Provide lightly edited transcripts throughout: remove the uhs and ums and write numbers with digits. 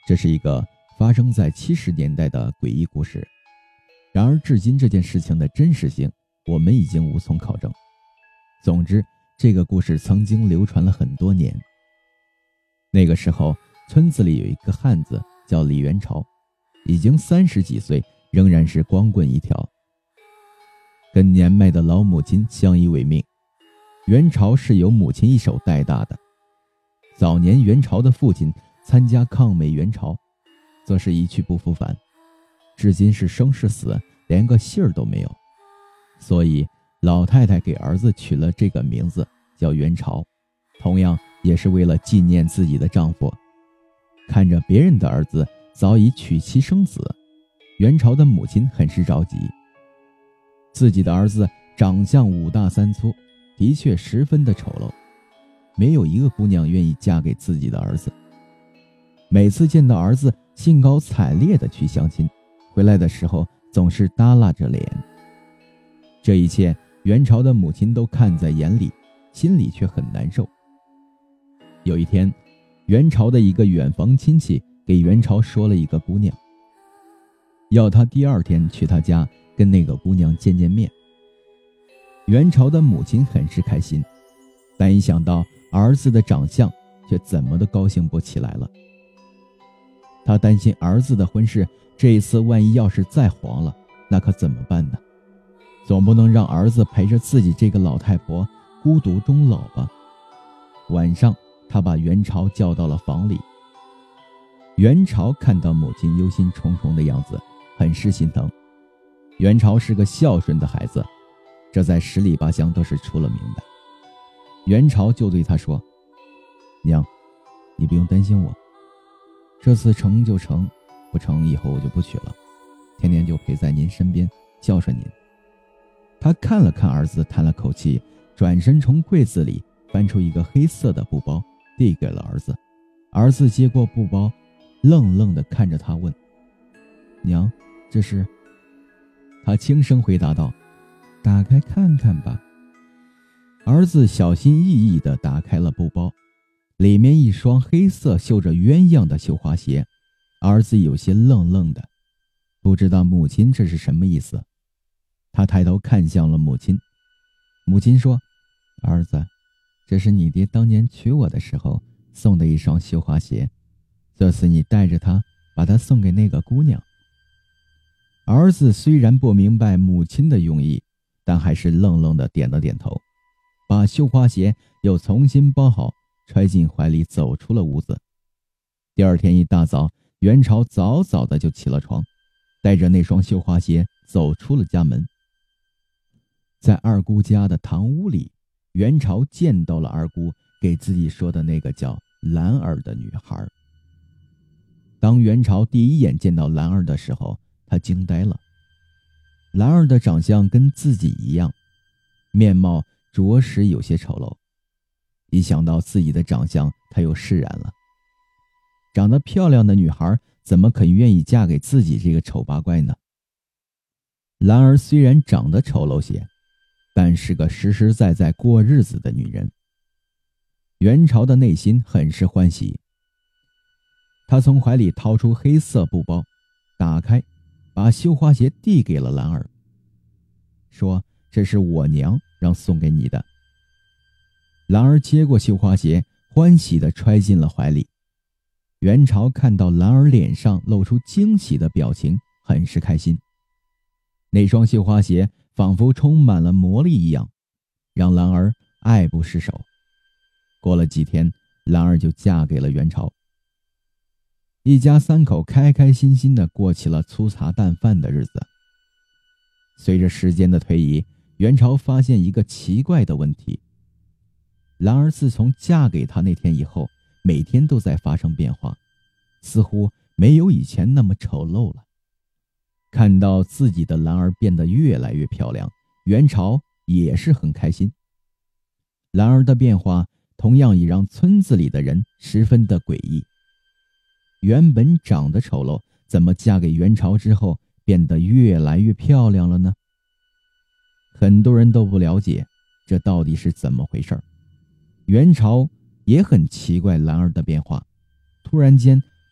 这是一个发生在70年代的诡异故事。然而至今这件事情的真实性我们已经无从考证。总之，这个故事曾经流传了很多年。那个时候，村子里有一个汉子叫李元朝，已经30几岁，仍然是光棍一条，跟年迈的老母亲相依为命。元朝是由母亲一手带大的。早年元朝的父亲参加抗美援朝，则是一去不复返，至今是生是死连个信儿都没有。所以老太太给儿子取了这个名字叫元朝，同样也是为了纪念自己的丈夫。看着别人的儿子早已娶妻生子，元朝的母亲很是着急。自己的儿子长相5大3粗，的确十分的丑陋，没有一个姑娘愿意嫁给自己的儿子。每次见到儿子兴高采烈地去相亲，回来的时候总是耷拉着脸。这一切元朝的母亲都看在眼里，心里却很难受。有一天，元朝的一个远房亲戚给元朝说了一个姑娘，要他第2天去他家跟那个姑娘见面。元朝的母亲很是开心，但一想到儿子的长相，却怎么都高兴不起来了。他担心儿子的婚事这一次万一要是再黄了，那可怎么办呢？总不能让儿子陪着自己这个老太婆孤独终老吧。晚上，他把元朝叫到了房里。元朝看到母亲忧心忡忡的样子，很是心疼。元朝是个孝顺的孩子，这在10里8乡都是出了名的。元朝就对他说：“娘，你不用担心我，这次成就成，不成以后我就不娶了，天天就陪在您身边，孝顺您。”他看了看儿子，叹了口气，转身从柜子里翻出一个黑色的布包，递给了儿子。儿子接过布包，愣愣地看着他问：“娘，这是？”他轻声回答道：“打开看看吧。”儿子小心翼翼地打开了布包，里面一双黑色绣着鸳鸯的绣花鞋。儿子有些愣愣的，不知道母亲这是什么意思。他抬头看向了母亲，母亲说：“儿子，这是你爹当年娶我的时候送的一双绣花鞋，这次你带着它，把它送给那个姑娘。”儿子虽然不明白母亲的用意，但还是愣愣地点了点头，把绣花鞋又重新包好，揣进怀里，走出了屋子。第2天一大早，元朝早早的就起了床，带着那双绣花鞋走出了家门。在二姑家的堂屋里，元朝见到了二姑给自己说的那个叫兰儿的女孩。当元朝第一眼见到兰儿的时候，他惊呆了。兰儿的长相跟自己一样，面貌着实有些丑陋。一想到自己的长相，他又释然了。长得漂亮的女孩怎么肯愿意嫁给自己这个丑八怪呢？兰儿虽然长得丑陋些，但是个实实在在过日子的女人。元朝的内心很是欢喜。他从怀里掏出黑色布包，打开，把绣花鞋递给了兰儿，说：“这是我娘让送给你的。”兰儿接过绣花鞋，欢喜地揣进了怀里。元朝看到兰儿脸上露出惊喜的表情，很是开心。那双绣花鞋仿佛充满了魔力一样，让兰儿爱不释手。过了几天，兰儿就嫁给了元朝。一家3口开开心心地过起了粗茶淡饭的日子。随着时间的推移，元朝发现一个奇怪的问题：兰儿自从嫁给他那天以后，每天都在发生变化，似乎没有以前那么丑陋了。看到自己的兰儿变得越来越漂亮，元朝也是很开心。兰儿的变化同样也让村子里的人十分的诡异。原本长得丑陋，怎么嫁给元朝之后变得越来越漂亮了呢？很多人都不了解这到底是怎么回事。元朝也很奇怪兰儿的变化，突然间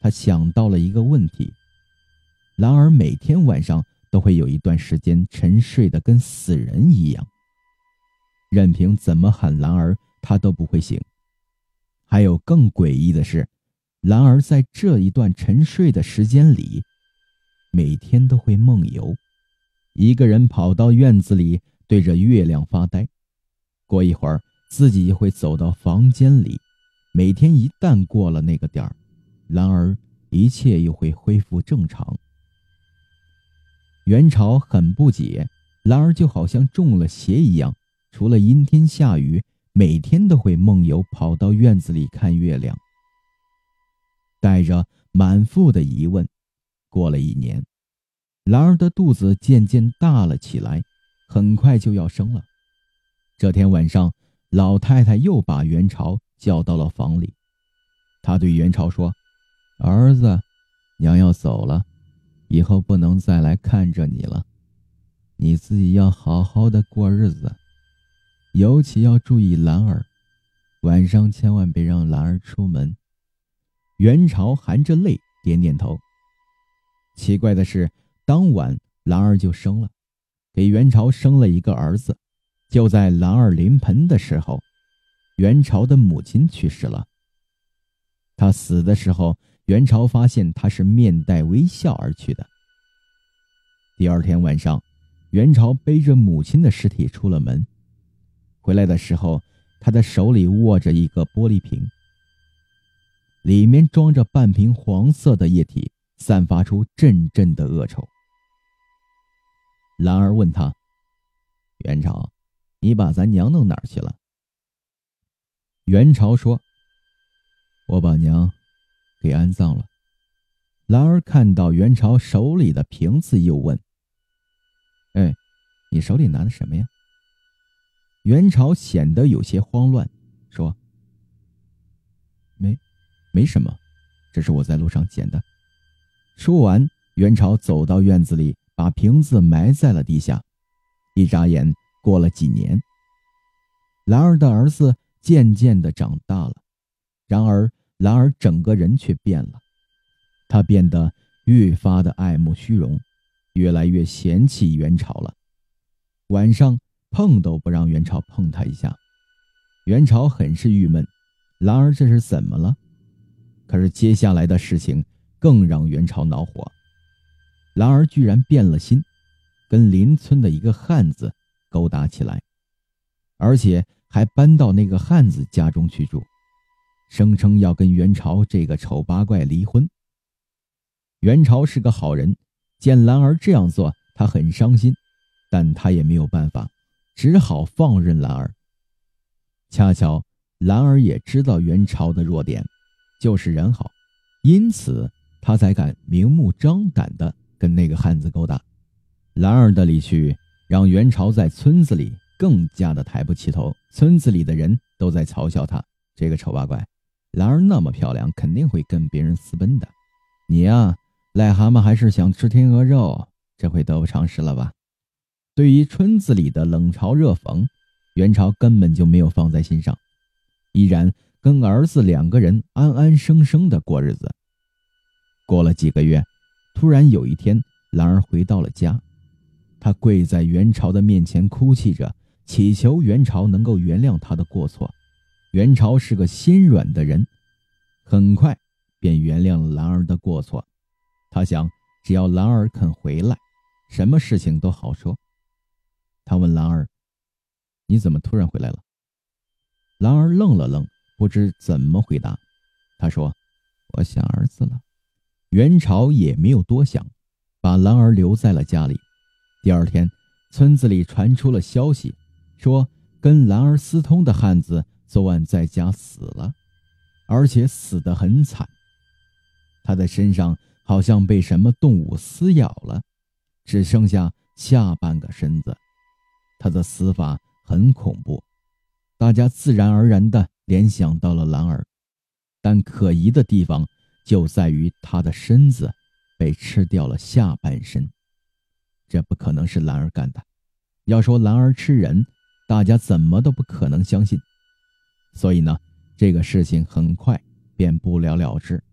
他想到了一个问题：兰儿每天晚上都会有一段时间沉睡得跟死人一样，任凭怎么喊兰儿，他都不会醒。还有更诡异的是，兰儿在这一段沉睡的时间里，每天都会梦游，一个人跑到院子里对着月亮发呆，过一会儿自己就会走到房间里。每天一旦过了那个点儿，兰儿一切又会恢复正常。元朝很不解，兰儿就好像中了邪一样，除了阴天下雨，每天都会梦游跑到院子里看月亮。带着满腹的疑问，过了1年，兰儿的肚子渐渐大了起来，很快就要生了。这天晚上，老太太又把元朝叫到了房里。她对元朝说：儿子，娘要走了，以后不能再来看着你了，你自己要好好的过日子，尤其要注意兰儿，晚上千万别让兰儿出门。元朝含着泪点点头。奇怪的是，当晚兰儿就生了，给元朝生了一个儿子。就在兰儿临盆的时候，元朝的母亲去世了。他死的时候，元朝发现他是面带微笑而去的。第二天晚上，元朝背着母亲的尸体出了门，回来的时候，他的手里握着一个玻璃瓶，里面装着半瓶黄色的液体，散发出阵阵的恶臭。兰儿问他：元朝，你把咱娘弄哪儿去了？元朝说：我把娘给安葬了。兰儿看到元朝手里的瓶子，又问：哎，你手里拿的什么呀？元朝显得有些慌乱，说：没什么，这是我在路上捡的。说完，元朝走到院子里，把瓶子埋在了地下。一眨眼过了几年，兰儿的儿子渐渐地长大了，然而兰儿整个人却变了，他变得越发的爱慕虚荣，越来越嫌弃元朝了。晚上碰都不让元朝碰他一下。元朝很是郁闷，兰儿这是怎么了？可是接下来的事情更让元朝恼火。兰儿居然变了心，跟邻村的一个汉子勾搭起来，而且还搬到那个汉子家中去住，声称要跟元朝这个丑八怪离婚。元朝是个好人，见兰儿这样做，他很伤心，但他也没有办法，只好放任兰儿。恰巧兰儿也知道元朝的弱点，就是人好，因此他才敢明目张胆地跟那个汉子勾搭。兰儿的离去让元朝在村子里更加的抬不起头，村子里的人都在嘲笑他，这个丑八怪，兰儿那么漂亮，肯定会跟别人私奔的。你呀，癞蛤蟆还是想吃天鹅肉，这回得不偿失了吧？对于村子里的冷嘲热讽，元朝根本就没有放在心上，依然跟儿子2个人安安生生的过日子。过了几个月，突然有一天，兰儿回到了家，她跪在元朝的面前哭泣着，祈求元朝能够原谅她的过错。元朝是个心软的人，很快便原谅了兰儿的过错。他想，只要兰儿肯回来，什么事情都好说。他问兰儿：你怎么突然回来了？兰儿愣了愣，不知怎么回答。他说：我想儿子了。元朝也没有多想，把兰儿留在了家里。第二天，村子里传出了消息，说跟兰儿私通的汉子昨晚在家死了，而且死得很惨。他的身上好像被什么动物撕咬了，只剩下下半个身子。他的死法很恐怖，大家自然而然地联想到了兰儿，但可疑的地方就在于他的身子被吃掉了下半身。这不可能是兰儿干的，要说兰儿吃人，大家怎么都不可能相信。所以呢，这个事情很快便不了了之。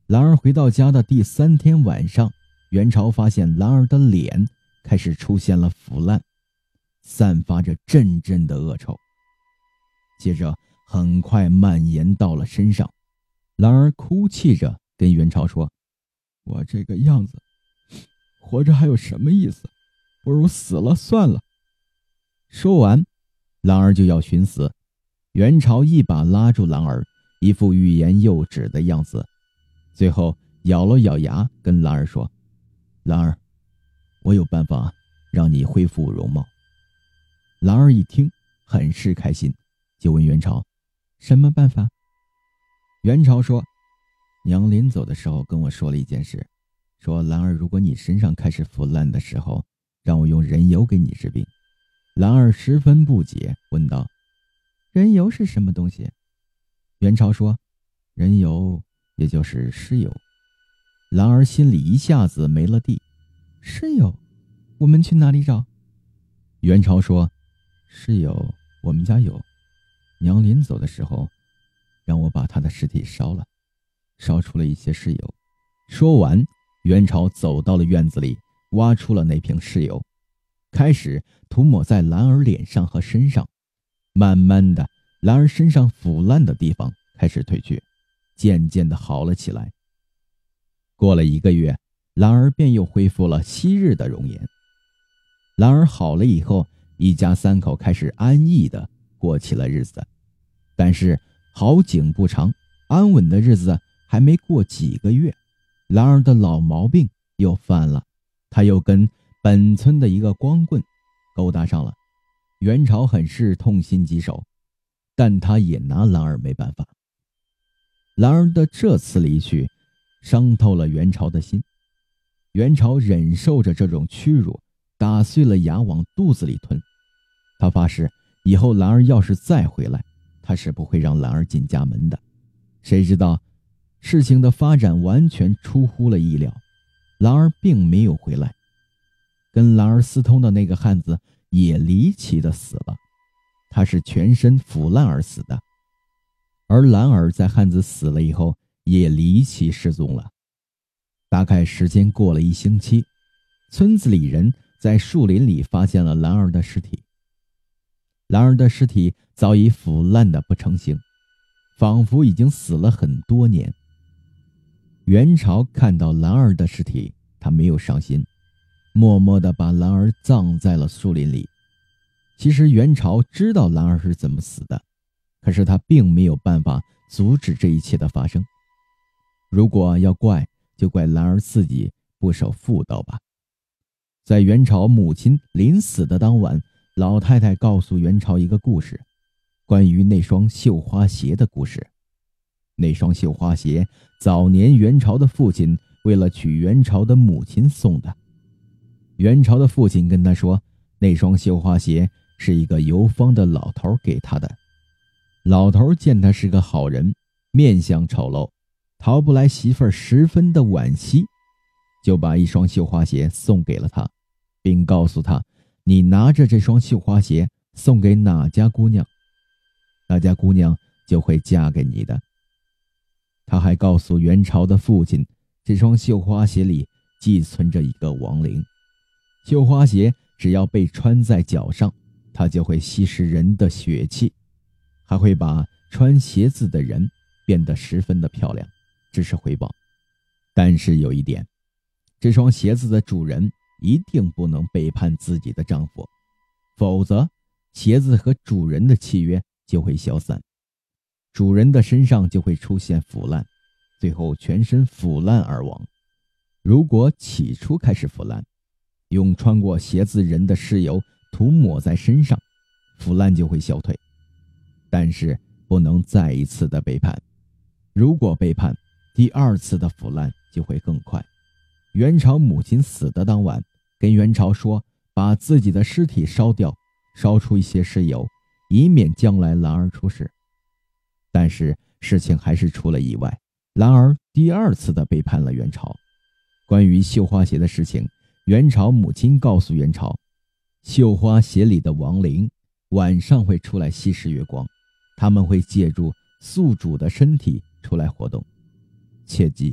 兰儿回到家的第3天晚上，元朝发现兰儿的脸开始出现了腐烂，散发着阵阵的恶臭，接着很快蔓延到了身上。兰儿哭泣着跟元朝说：“我这个样子，活着还有什么意思？不如死了算了。”说完，兰儿就要寻死。元朝一把拉住兰儿，一副欲言又止的样子，最后咬了咬牙跟兰儿说：“兰儿，我有办法让你恢复容貌。”兰儿一听很是开心，就问元朝：“什么办法？”元朝说：“娘临走的时候跟我说了一件事，说兰儿，如果你身上开始腐烂的时候，让我用人油给你治病。”兰儿十分不解，问道：“人油是什么东西？”元朝说：“人油也就是尸油。”兰儿心里一下子没了地。尸油？我们去哪里找？元朝说：“尸油我们家有，娘临走的时候让我把她的尸体烧了，烧出了一些尸油。”说完，元朝走到了院子里，挖出了那瓶尸油，开始涂抹在兰儿脸上和身上。慢慢的，兰儿身上腐烂的地方开始褪去，渐渐的好了起来。过了1个月，兰儿便又恢复了昔日的容颜。兰儿好了以后，一家3口开始安逸的过起了日子。但是好景不长，安稳的日子还没过几个月，兰儿的老毛病又犯了，他又跟本村的一个光棍勾搭上了。元朝很是痛心疾首，但他也拿兰儿没办法。兰儿的这次离去伤透了元朝的心，元朝忍受着这种屈辱，打碎了牙往肚子里吞。他发誓以后兰儿要是再回来，他是不会让兰儿进家门的。谁知道事情的发展完全出乎了意料，兰儿并没有回来，跟兰儿私通的那个汉子也离奇的死了，他是全身腐烂而死的。而兰儿在汉子死了以后也离奇失踪了。大概时间过了1星期，村子里人在树林里发现了兰儿的尸体。兰儿的尸体早已腐烂的不成形，仿佛已经死了很多年。元朝看到兰儿的尸体，他没有伤心，默默地把兰儿葬在了树林里。其实元朝知道兰儿是怎么死的，可是他并没有办法阻止这一切的发生。如果要怪，就怪兰儿自己不守妇道吧。在元朝母亲临死的当晚，老太太告诉元朝一个故事，关于那双绣花鞋的故事。那双绣花鞋早年元朝的父亲为了娶元朝的母亲送的。元朝的父亲跟他说，那双绣花鞋是一个游方的老头给他的。老头见他是个好人，面相丑陋，讨不来媳妇儿，十分的惋惜，就把一双绣花鞋送给了他，并告诉他，你拿着这双绣花鞋送给哪家姑娘，那家姑娘就会嫁给你的。他还告诉元朝的父亲，这双绣花鞋里寄存着一个亡灵，绣花鞋只要被穿在脚上，它就会吸食人的血气，还会把穿鞋子的人变得十分的漂亮，这是回报。但是有一点，这双鞋子的主人一定不能背叛自己的丈夫，否则鞋子和主人的契约就会消散，主人的身上就会出现腐烂，最后全身腐烂而亡。如果起初开始腐烂，用穿过鞋子人的尸油涂抹在身上，腐烂就会消退。但是不能再一次的背叛，如果背叛，第2次的腐烂就会更快。元朝母亲死的当晚，跟元朝说，把自己的尸体烧掉，烧出一些尸油，以免将来兰儿出事。但是事情还是出了意外，兰儿第2次的背叛了元朝。关于绣花鞋的事情，元朝母亲告诉元朝，绣花鞋里的亡灵晚上会出来吸食月光，他们会借助宿主的身体出来活动，切记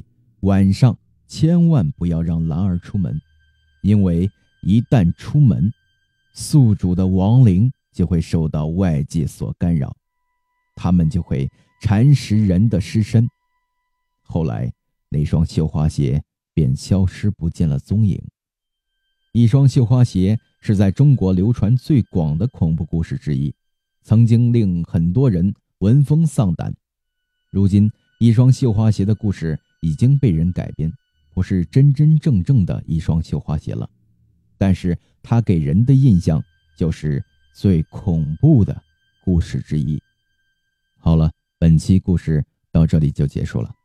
晚上千万不要让兰儿出门，因为一旦出门，宿主的亡灵就会受到外界所干扰，他们就会蚕食人的尸身。后来那双绣花鞋便消失不见了踪影。一双绣花鞋是在中国流传最广的恐怖故事之一，曾经令很多人闻风丧胆。如今一双绣花鞋的故事已经被人改编，不是真真正正的一双绣花鞋了，但是它给人的印象就是最恐怖的故事之一。好了，本期故事到这里就结束了。